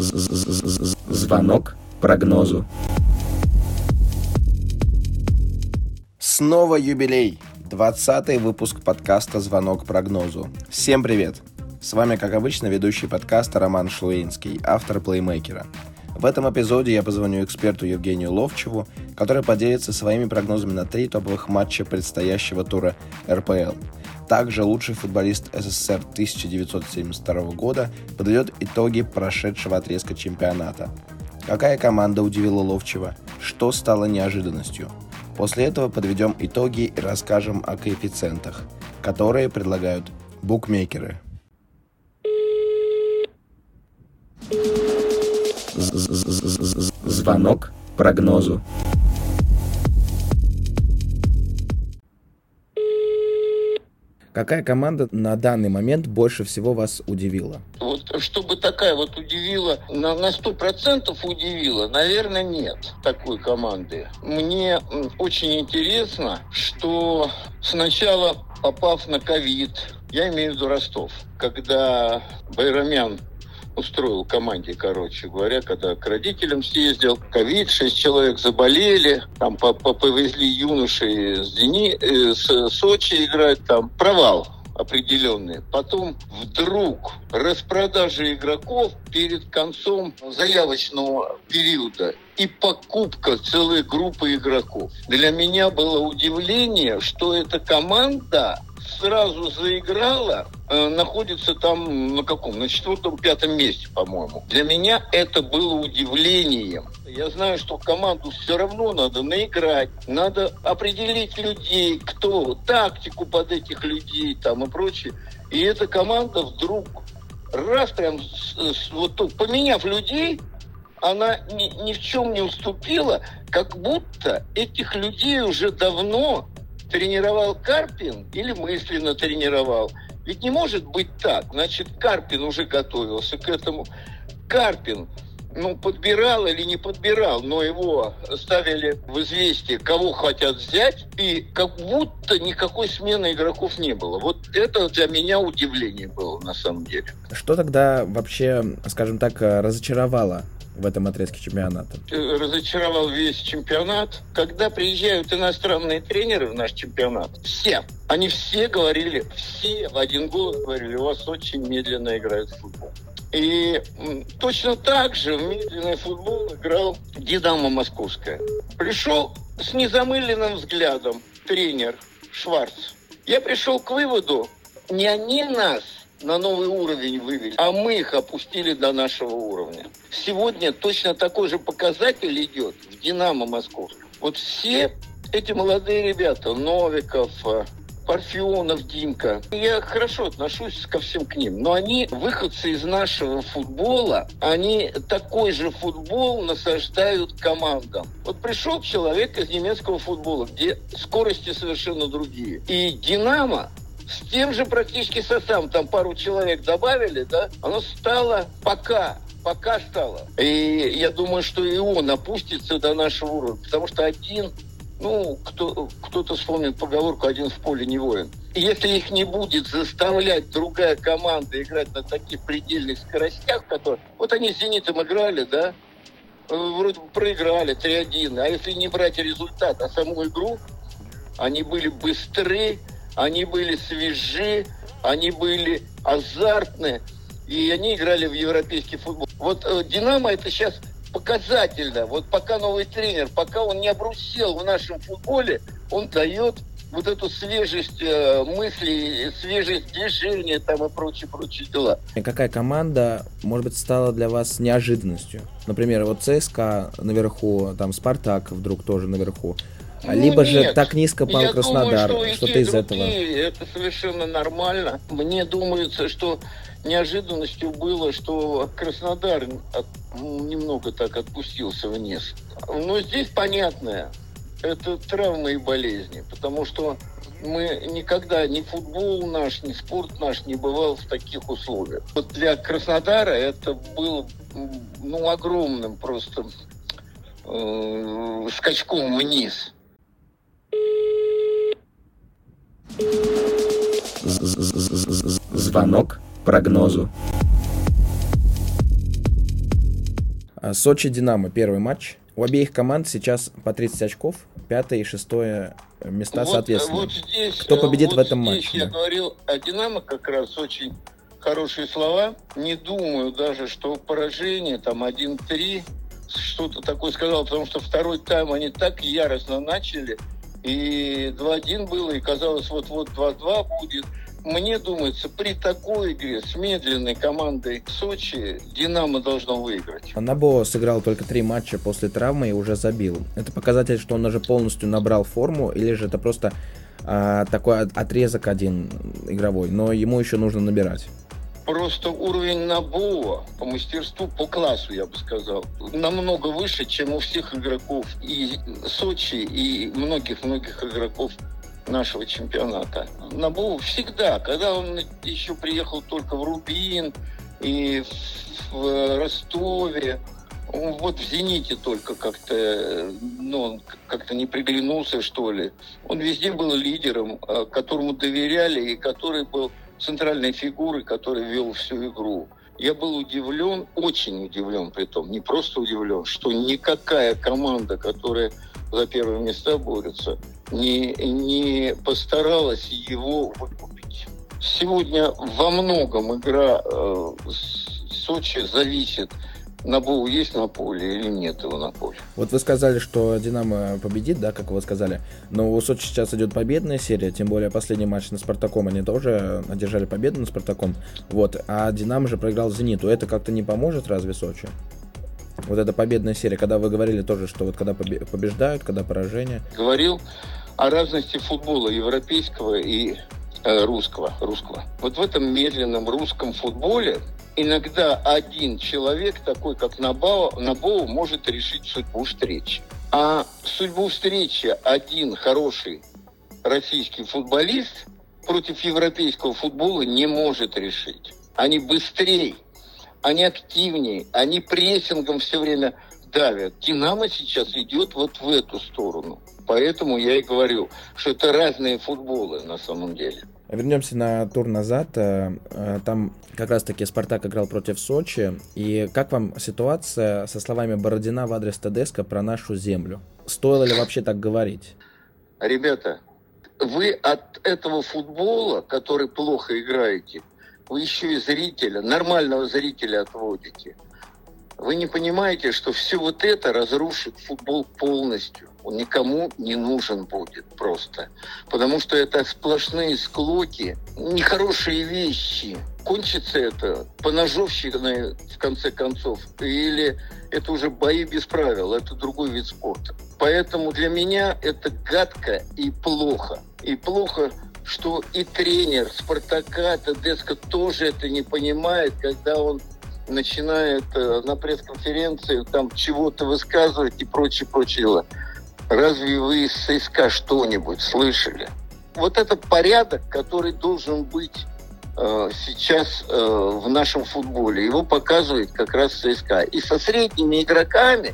Звонок прогнозу. Снова юбилей. 20-й выпуск подкаста «Звонок прогнозу». Всем привет! С вами, как обычно, ведущий подкаста Роман Шлуинский, автор плеймейкера. В этом эпизоде я позвоню эксперту Евгению Ловчеву, который поделится своими прогнозами на 3 топовых матча предстоящего тура РПЛ. Также лучший футболист СССР 1972 года подведет итоги прошедшего отрезка чемпионата. Какая команда удивила Ловчева? Что стало неожиданностью? После этого подведем итоги и расскажем о коэффициентах, которые предлагают букмекеры. Звонок прогнозу. Какая команда на данный момент больше всего вас удивила? Вот чтобы такая вот удивила, на 100% удивила, наверное, нет такой команды. Мне очень интересно, что сначала, попав на ковид, я имею в виду Ростов, когда Байрамян устроил команде, короче говоря, когда к родителям съездил, ковид, 6 человек заболели, там повезли юношей с Сочи играть, там провал определенный. Потом вдруг распродажа игроков перед концом заявочного периода и покупка целой группы игроков. Для меня было удивление, что эта команда сразу заиграла, находится там на каком? На 4-5 месте, по-моему. Для меня это было удивлением. Я знаю, что команду все равно надо наиграть, надо определить людей, кто, тактику под этих людей там и прочее. И эта команда вдруг раз прям, вот поменяв людей, она ни в чем не уступила, как будто этих людей уже давно тренировал Карпин или мысленно тренировал. Ведь не может быть так. Значит, Карпин уже готовился к этому. Карпин, подбирал или не подбирал, но его ставили в известие, кого хотят взять, и как будто никакой смены игроков не было. Вот это для меня удивление было на самом деле. Что тогда вообще, скажем так, разочаровало в этом отрезке чемпионата? Разочаровал весь чемпионат. Когда приезжают иностранные тренеры в наш чемпионат, они все говорили, все в один голос говорили, у вас очень медленно играет футбол. И точно так же в медленный футбол играл «Динамо» Московская. Пришел с незамыленным взглядом тренер Шварц. Я пришел к выводу, не они нас на новый уровень вывели, а мы их опустили до нашего уровня. Сегодня точно такой же показатель идет в «Динамо» Московском. Вот все эти молодые ребята, Новиков, Парфенов, Димка, я хорошо отношусь ко всем к ним, но они выходцы из нашего футбола, они такой же футбол насаждают командам. Вот пришел человек из немецкого футбола, где скорости совершенно другие. И «Динамо» с тем же практически составом, там пару человек добавили, да, оно стало пока стало. И я думаю, что и он опустится до нашего уровня, потому что один, кто-то вспомнит поговорку «один в поле не воин». И если их не будет заставлять другая команда играть на таких предельных скоростях, которые... Вот они с «Зенитом» играли, да, вроде бы проиграли 3-1, а если не брать результат, а саму игру, они были быстры, они были свежи, они были азартны, и они играли в европейский футбол. Вот «Динамо» это сейчас показательно. Вот пока новый тренер, пока он не обрусел в нашем футболе, он дает вот эту свежесть мыслей, свежесть движения там и прочие дела. Какая команда, может быть, стала для вас неожиданностью? Например, вот ЦСКА наверху, там Спартак вдруг тоже наверху. Либо же нет. так низко пал Краснодар, думаю, что-то из этого. Это совершенно нормально. Мне думается, что неожиданностью было, что Краснодар немного так отпустился вниз. Но здесь понятное, это травмы и болезни, потому что мы никогда, ни футбол наш, ни спорт наш не бывал в таких условиях. Вот для Краснодара это было огромным просто скачком вниз. Звонок прогнозу. Сочи Динамо, первый матч. У обеих команд сейчас по 30 очков, 5 и 6 места соответственно. Вот здесь, кто победит в этом матче? Я говорил о Динамо как раз очень хорошие слова. Не думаю даже, что поражение там 1-3, что-то такое сказал, потому что второй тайм они так яростно начали, и 2-1 было, и казалось, вот-вот 2-2 будет. Мне думается, при такой игре с медленной командой Сочи «Динамо» должно выиграть. Набо сыграл только 3 матча после травмы и уже забил. Это показатель, что он уже полностью набрал форму, или же это просто такой отрезок один игровой, но ему еще нужно набирать? Просто уровень Набоа по мастерству, по классу, я бы сказал, намного выше, чем у всех игроков и Сочи, и многих-многих игроков нашего чемпионата. Набоу всегда, когда он еще приехал только в Рубин и в Ростове, вот в «Зените» только как-то, он как-то не приглянулся, что ли. Он везде был лидером, которому доверяли и который был центральной фигурой, который вел всю игру. Я был удивлен, очень удивлен, притом, не просто удивлен, что никакая команда, которая за первые места борется, не постаралась его выкупить. Сегодня во многом игра Сочи зависит, Набоу есть на поле или нет его на поле. Вот вы сказали, что «Динамо» победит, да, как вы сказали, но у Сочи сейчас идет победная серия, тем более последний матч на «Спартаком», они тоже одержали победу на «Спартаком», вот, а «Динамо» же проиграл «Зениту», это как-то не поможет разве Сочи? Вот эта победная серия, когда вы говорили тоже, что вот когда побеждают, когда поражение. Говорил о разности футбола европейского и русского. Вот в этом медленном русском футболе иногда один человек, такой как Набоу, может решить судьбу встречи. А судьбу встречи один хороший российский футболист против европейского футбола не может решить. Они быстрее, они активнее, они прессингом все время давят. «Динамо» сейчас идет вот в эту сторону. Поэтому я и говорю, что это разные футболы на самом деле. Вернемся на тур назад. Там как раз-таки «Спартак» играл против Сочи. И как вам ситуация со словами Бородина в адрес Тедеско про нашу землю? Стоило ли вообще так говорить? Ребята, вы от этого футбола, который плохо играете, вы еще и зрителя, нормального зрителя отводите. Вы не понимаете, что все вот это разрушит футбол полностью. Он никому не нужен будет просто. Потому что это сплошные склоки, нехорошие вещи. Кончится это поножовщиной в конце концов. Или это уже бои без правил, это другой вид спорта. Поэтому для меня это гадко и плохо. И плохо, что и тренер «Спартака» Тедеско тоже это не понимает, когда он начинает на пресс-конференции там чего-то высказывать и прочее дела. Разве вы из ЦСКА что-нибудь слышали? Вот это порядок, который должен быть сейчас в нашем футболе. Его показывает как раз ЦСКА. И со средними игроками,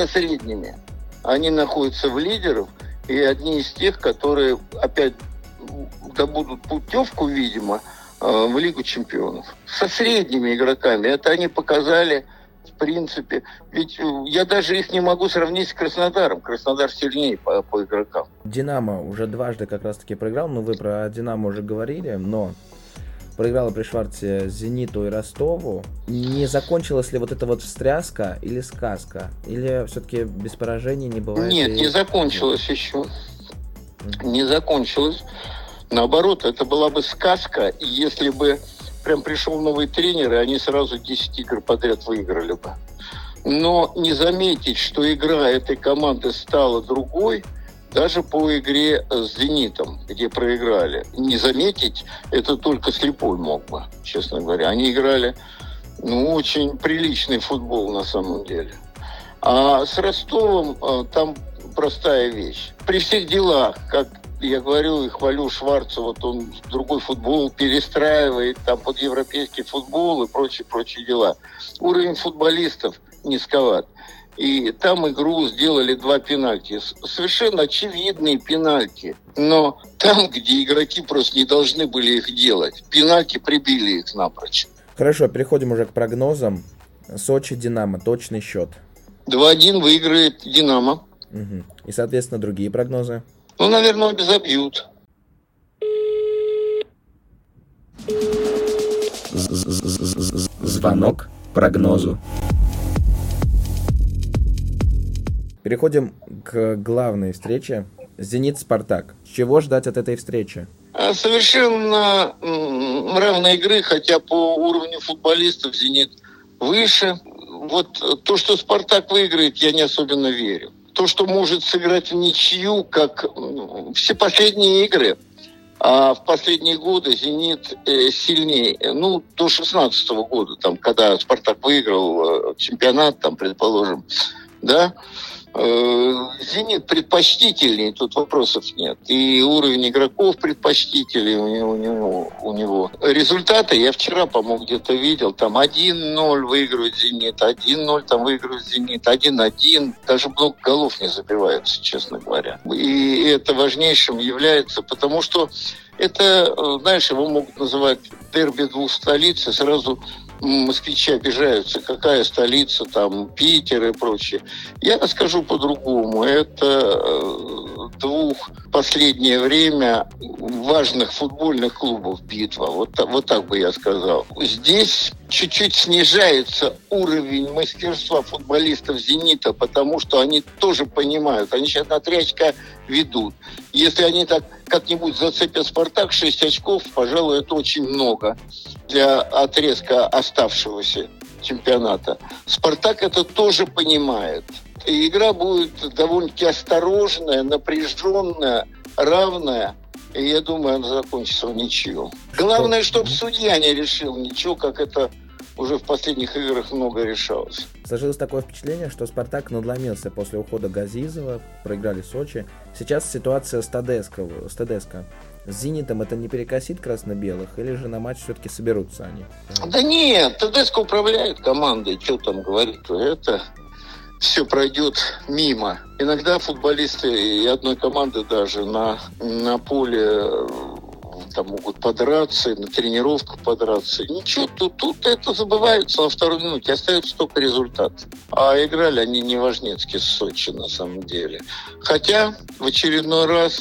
они находятся в лидерах, и одни из тех, которые опять добудут путевку, видимо, в Лигу чемпионов. Со средними игроками. Это они показали, в принципе. Ведь я даже их не могу сравнить с Краснодаром. Краснодар сильнее по игрокам. «Динамо» уже дважды как раз-таки проиграл. Ну, вы про «Динамо» уже говорили, но проиграла при Шварце «Зениту» и Ростову. Не закончилась ли вот эта вот встряска или сказка? Или все-таки без поражений не бывает? Нет, не закончилась еще. Не закончилась. Наоборот, это была бы сказка, если бы прям пришел новый тренер, и они сразу 10 игр подряд выиграли бы. Но не заметить, что игра этой команды стала другой, даже по игре с «Зенитом», где проиграли. Не заметить, это только слепой мог бы, честно говоря. Они играли, очень приличный футбол на самом деле. А с Ростовом там простая вещь. При всех делах, как я говорю и хвалю Шварца, вот он другой футбол перестраивает там под европейский футбол и прочие дела. Уровень футболистов низковат. И там игру сделали 2 пенальти. Совершенно очевидные пенальти. Но там, где игроки просто не должны были их делать, пенальти прибили их напрочь. Хорошо, переходим уже к прогнозам. Сочи, Динамо, точный счет. 2-1 выиграет Динамо. Угу. И, соответственно, другие прогнозы. Ну, наверное, забьют. Звонок прогнозу. Переходим к главной встрече. «Зенит-Спартак». Чего ждать от этой встречи? Совершенно равной игры, хотя по уровню футболистов «Зенит» выше. Вот то, что «Спартак» выиграет, я не особенно верю. То, что может сыграть в ничью, как все последние игры, а в последние годы «Зенит» сильнее. Ну, до 2016 года, там, когда «Спартак» выиграл чемпионат, там, предположим, да, «Зенит» предпочтительнее, тут вопросов нет. И уровень игроков предпочтительнее у него. Результаты я вчера, по-моему, где-то видел. Там 1-0 выигрывает «Зенит», 1-0 там выигрывает «Зенит», 1-1. Даже много голов не забиваются, честно говоря. И это важнейшим является, потому что это, знаешь, его могут называть дерби двух столиц, и сразу москвичи обижаются, какая столица, там, Питер и прочее. Я скажу по-другому. Это двух последнее время важных футбольных клубов битва. Вот так бы я сказал. Здесь чуть-чуть снижается уровень мастерства футболистов «Зенита», потому что они тоже понимают. Они сейчас на 3 очка ведут. Если они так как-нибудь зацепят «Спартак», 6 очков, пожалуй, это очень много для отрезка оставшегося чемпионата. «Спартак» это тоже понимает. И игра будет довольно-таки осторожная, напряженная, равная. И я думаю, она закончится в ничью. Главное, чтобы судья не решил ничего, как это уже в последних играх много решалось. Сложилось такое впечатление, что «Спартак» надломился после ухода Газизова, проиграли Сочи. Сейчас ситуация с Тедеско. С «Зенитом» это не перекосит красно-белых, или же на матч все-таки соберутся они? Да нет, Тедеско управляет командой, что там говорить, это все пройдет мимо. Иногда футболисты и одной команды даже на поле там могут подраться, на тренировках подраться. Ничего, тут это забывается на второй минуте, остается только результат. А играли они неважнецки с Сочи на самом деле. Хотя в очередной раз,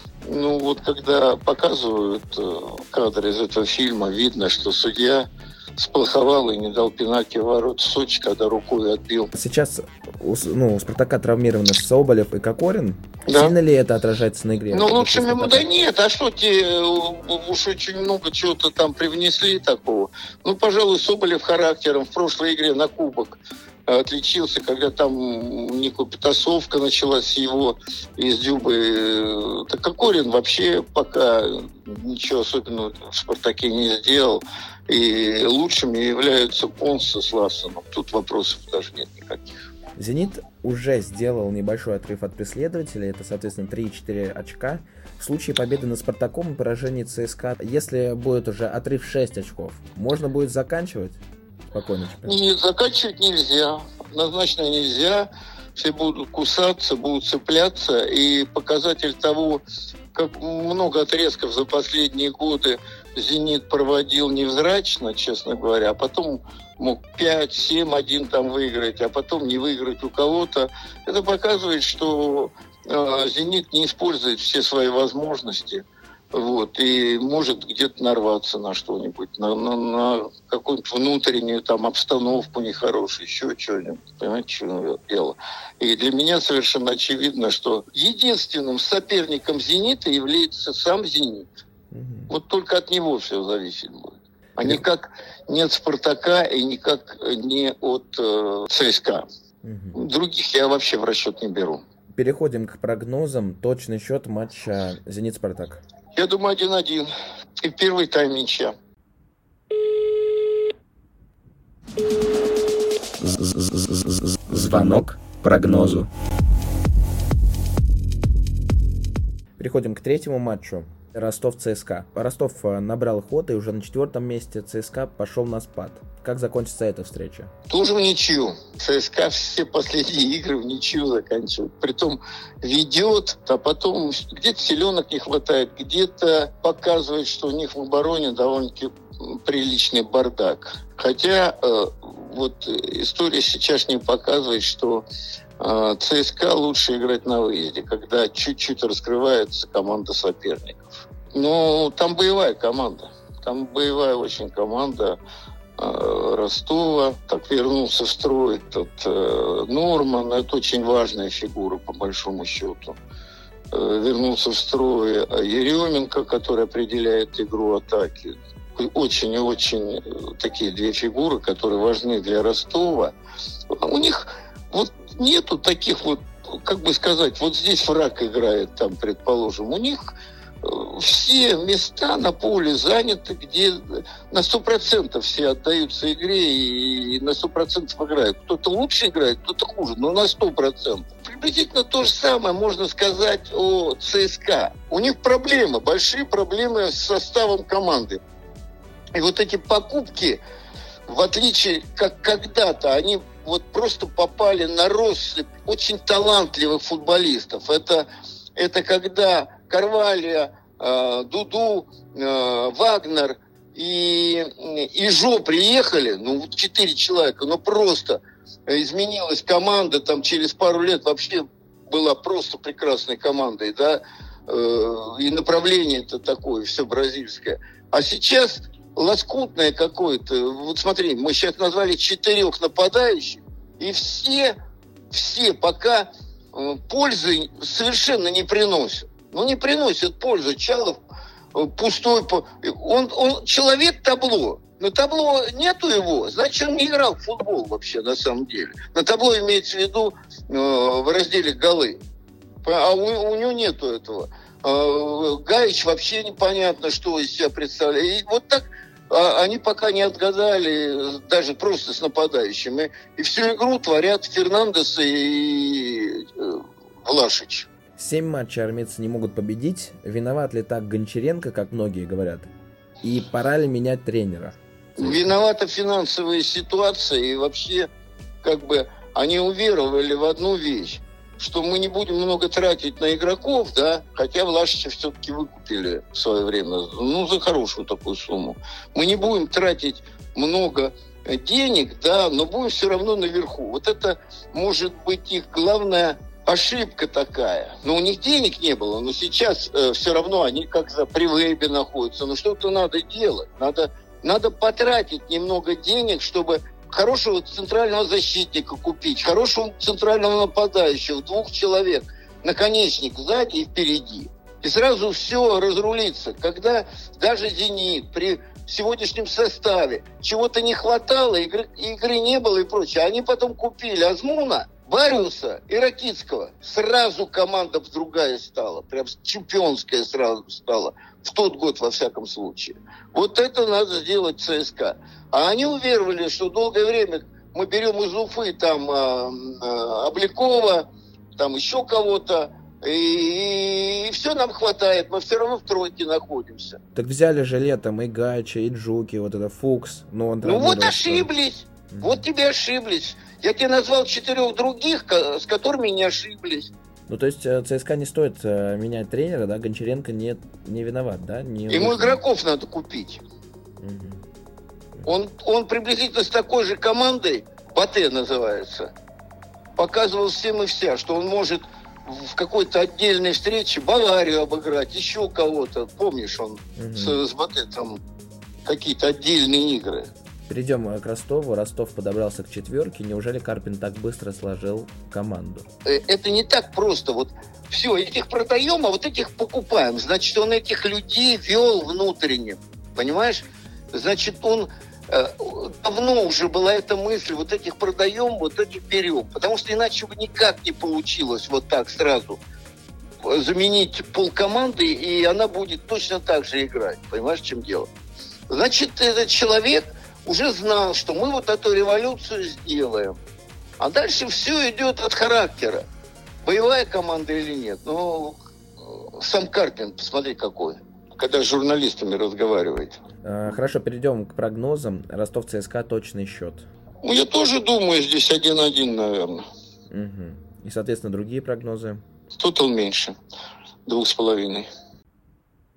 когда показывают кадры из этого фильма, видно, что судья сплоховал и не дал пенальти в ворота Сочи, когда рукой отбил. Сейчас у «Спартака» травмированы Соболев и Кокорин. Да. Сильно ли это отражается на игре? Лучше ему да нет, а что те уж очень много чего-то там привнесли такого. Пожалуй, Соболев характером в прошлой игре на кубок отличился, когда там некая потасовка началась с его из Дюбы. Так Кокорин вообще пока ничего особенного в «Спартаке» не сделал. И лучшими являются Понса с Лассеном. Тут вопросов даже нет никаких. «Зенит» уже сделал небольшой отрыв от преследователей, это, соответственно, 3-4 очка. В случае победы над «Спартаком» и поражения ЦСКА, если будет уже отрыв 6 очков, можно будет заканчивать спокойно чемпионат? Нет, заканчивать нельзя. Однозначно нельзя. Все будут кусаться, будут цепляться. И показатель того, как много отрезков за последние годы «Зенит» проводил невзрачно, честно говоря, а потом мог 5-7-1 там выиграть, а потом не выиграть у кого-то. Это показывает, что «Зенит» не использует все свои возможности. И может где-то нарваться на что-нибудь, на какую-нибудь внутреннюю там обстановку нехорошую, еще что-нибудь. Понимаете, что дело? И для меня совершенно очевидно, что единственным соперником «Зенита» является сам «Зенит». Вот только от него все зависит будет. А никак не от «Спартака» и никак не от ЦСКА. Других я вообще в расчет не беру. Переходим к прогнозам. Точный счет матча «Зенит-Спартак». Я думаю, 1-1. И первый тайм ничья. Звонок прогнозу. Переходим к третьему матчу. Ростов-ЦСКА. Ростов набрал ход, и уже на 4-м месте ЦСКА пошел на спад. Как закончится эта встреча? Тоже в ничью. ЦСКА все последние игры в ничью заканчивает. Притом ведет, а потом где-то силенок не хватает, где-то показывает, что у них в обороне довольно-таки приличный бардак. Хотя вот история сейчас не показывает, что ЦСКА лучше играть на выезде, когда чуть-чуть раскрывается команда соперников. Но там боевая команда. Там боевая очень команда Ростова. Так вернулся в строй этот Норман. Это очень важная фигура, по большому счету. Вернулся в строй Еременко, который определяет игру атаки. Очень и очень такие две фигуры, которые важны для Ростова. У них вот нету таких вот, как бы сказать, вот здесь враг играет, там, предположим. У них все места на поле заняты, где на 100% все отдаются игре и на 100% играют. Кто-то лучше играет, кто-то хуже, но на 100%. Приблизительно то же самое можно сказать о ЦСКА. У них проблемы, большие проблемы с составом команды. И вот эти покупки, в отличие, как когда-то, они вот просто попали на россыпь очень талантливых футболистов. Это когда Карвалья, Дуду, Вагнер и Жо приехали, 4 человека, просто изменилась команда, там через пару лет вообще была просто прекрасной командой, да, и направление-то такое, все бразильское. А сейчас лоскутное какое-то. Вот смотри, мы сейчас назвали 4 нападающих, и все пока пользы совершенно не приносят. Не приносят пользы. Чалов пустой. Он человек табло. На табло нету его, значит, он не играл в футбол вообще, на самом деле. На табло имеется в виду в разделе голы. А у него нету этого. Гаич вообще непонятно, что из себя представляет. И вот так они пока не отгадали даже просто с нападающими. И всю игру творят Фернандес и Влашич. 7 матчей армейцы не могут победить. Виноват ли так Гончаренко, как многие говорят? И пора ли менять тренера? Виновата финансовая ситуация. И вообще, они уверовали в одну вещь, что мы не будем много тратить на игроков, да, хотя Влашича все-таки выкупили в свое время, за хорошую такую сумму. Мы не будем тратить много денег, да, но будем все равно наверху. Вот это может быть их главная ошибка такая. У них денег не было, но сейчас все равно они как-то при вейбе находятся. Но что-то надо делать. Надо потратить немного денег, чтобы хорошего центрального защитника купить, хорошего центрального нападающего, 2 человек, наконечник сзади и впереди. И сразу все разрулится. Когда даже «Зенит» при сегодняшнем составе чего-то не хватало, игры не было и прочее, они потом купили Азмуна, Бариуса и Ракицкого. Сразу команда другая стала, прям чемпионская сразу стала. В тот год, во всяком случае. Вот это надо сделать ЦСКА. А они уверовали, что долгое время мы берем из Уфы там Обликова, там еще кого-то, и все нам хватает, мы все равно в тройке находимся. Так взяли же летом и Гача, и Джуки, вот это Фукс. Вот ошиблись. Вот тебе ошиблись. Я тебе назвал 4 других, с которыми не ошиблись. То есть ЦСКА не стоит менять тренера, да? Гончаренко не виноват, да? Ему игроков надо купить. Угу. Он приблизительно с такой же командой, Батэ называется, показывал всем и вся, что он может в какой-то отдельной встрече Баварию обыграть, еще кого-то. Помнишь, он с Батэ там какие-то отдельные игры. Перейдем к Ростову. Ростов подобрался к 4. Неужели Карпин так быстро сложил команду? Это не так просто. Вот все, этих продаем, а вот этих покупаем. Значит, он этих людей вел внутренне. Понимаешь? Значит, он давно уже была эта мысль, вот этих продаем, вот этих берем. Потому что иначе бы никак не получилось вот так сразу заменить полкоманды, и она будет точно так же играть. Понимаешь, в чем дело? Значит, этот человек уже знал, что мы вот эту революцию сделаем. А дальше все идет от характера. Боевая команда или нет. Сам Карпин, посмотри какой. Когда с журналистами разговаривает. Хорошо, перейдем к прогнозам. Ростов ЦСКА точный счет. Я тоже думаю, здесь 1-1, наверное. Угу. И, соответственно, другие прогнозы? Тотал меньше. 2,5.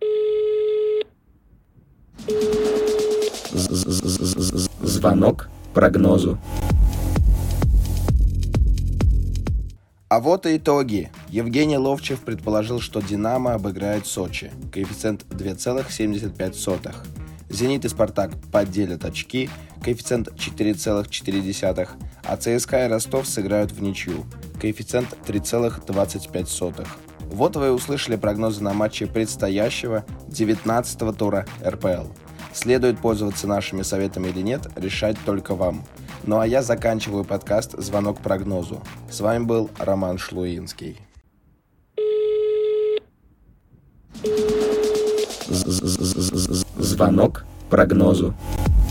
Звонок прогнозу. А вот и итоги. Евгений Ловчев предположил, что «Динамо» обыграет Сочи. Коэффициент 2,75. «Зенит» и «Спартак» поделят очки. Коэффициент 4,4. А ЦСКА и Ростов сыграют в ничью. Коэффициент 3,25. Вот вы и услышали прогнозы на матчи предстоящего 19-го тура РПЛ. Следует пользоваться нашими советами или нет, решать только вам. Ну а я заканчиваю подкаст «Звонок прогнозу». С вами был Роман Шлуинский. Звонок прогнозу.